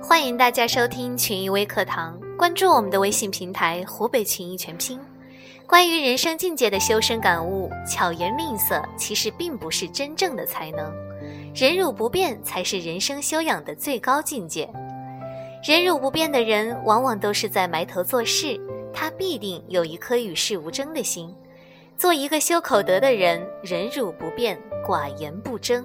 欢迎大家收听群益微课堂，关注我们的微信平台湖北群益全拼。关于人生境界的修身感悟，巧言令色其实并不是真正的才能，忍辱不变才是人生修养的最高境界。忍辱不变的人往往都是在埋头做事，他必定有一颗与世无争的心。做一个修口德的人，忍辱不变，寡言不争。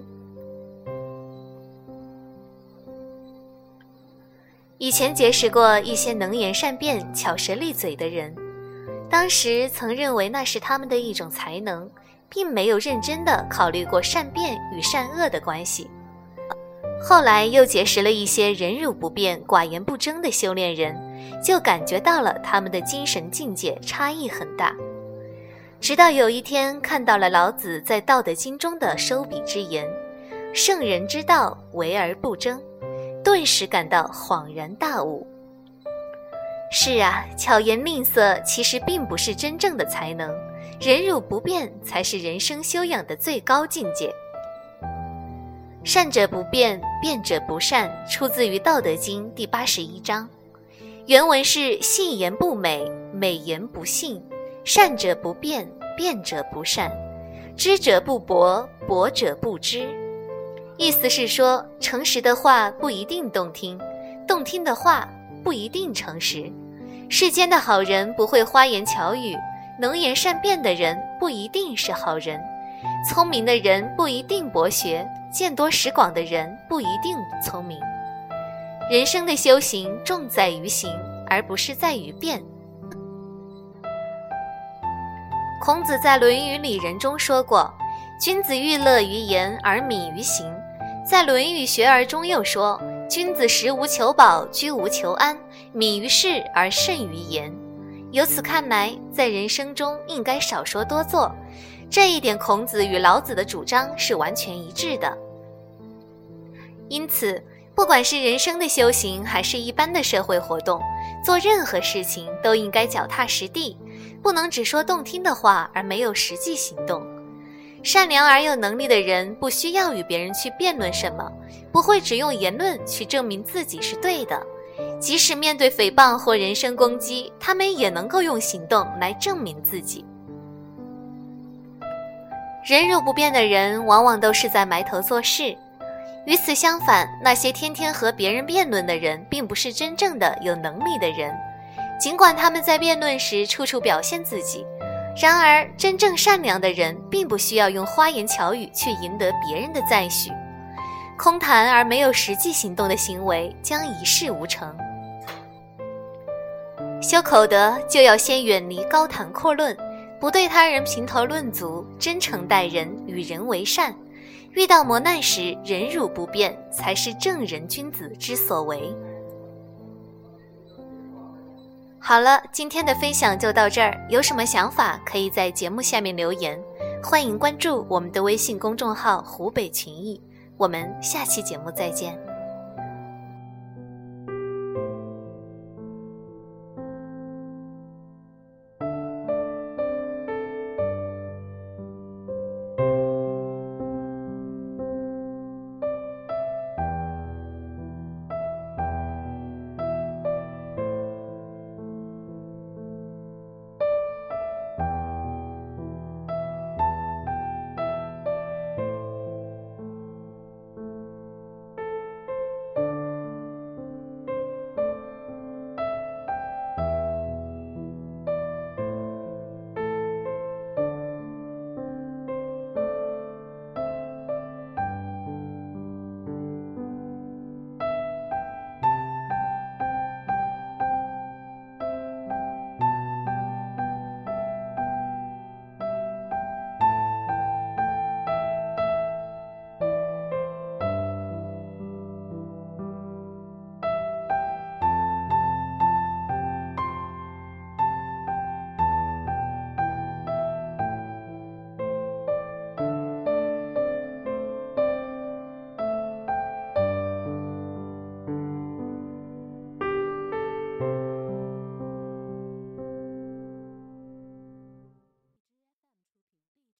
以前结识过一些能言善辩、巧舌利嘴的人，当时曾认为那是他们的一种才能，并没有认真地考虑过善辩与善恶的关系。后来又结识了一些忍辱不变、寡言不争的修炼人，就感觉到了他们的精神境界差异很大。直到有一天看到了老子在《道德经》中的收笔之言：圣人之道，为而不争，顿时感到恍然大悟。是啊，巧言令色其实并不是真正的才能，忍辱不变才是人生修养的最高境界。善者不变，辩者不善，出自于《道德经》第81章。原文是：信言不美，美言不信；善者不辩，辩者不善；知者不博，博者不知。意思是说，诚实的话不一定动听，动听的话不一定诚实。世间的好人不会花言巧语，能言善辩的人不一定是好人，聪明的人不一定博学，见多识广的人不一定聪明。人生的修行重在于行，而不是在于辩。孔子在《论语里仁》中说过：君子欲乐于言而敏于行。在《论语学而》中又说：君子食无求饱，居无求安，敏于事而慎于言。由此看来，在人生中应该少说多做，这一点孔子与老子的主张是完全一致的。因此，不管是人生的修行还是一般的社会活动，做任何事情都应该脚踏实地，不能只说动听的话而没有实际行动。善良而有能力的人不需要与别人去辩论什么，不会只用言论去证明自己是对的，即使面对诽谤或人身攻击，他们也能够用行动来证明自己。忍辱不变的人往往都是在埋头做事。与此相反，那些天天和别人辩论的人并不是真正的有能力的人，尽管他们在辩论时处处表现自己，然而真正善良的人并不需要用花言巧语去赢得别人的赞许，空谈而没有实际行动的行为将一事无成。修口德就要先远离高谈阔论，不对他人评头论足，真诚待人，与人为善。遇到磨难时忍辱不变，才是正人君子之所为。好了，今天的分享就到这儿，有什么想法可以在节目下面留言，欢迎关注我们的微信公众号湖北群益，我们下期节目再见。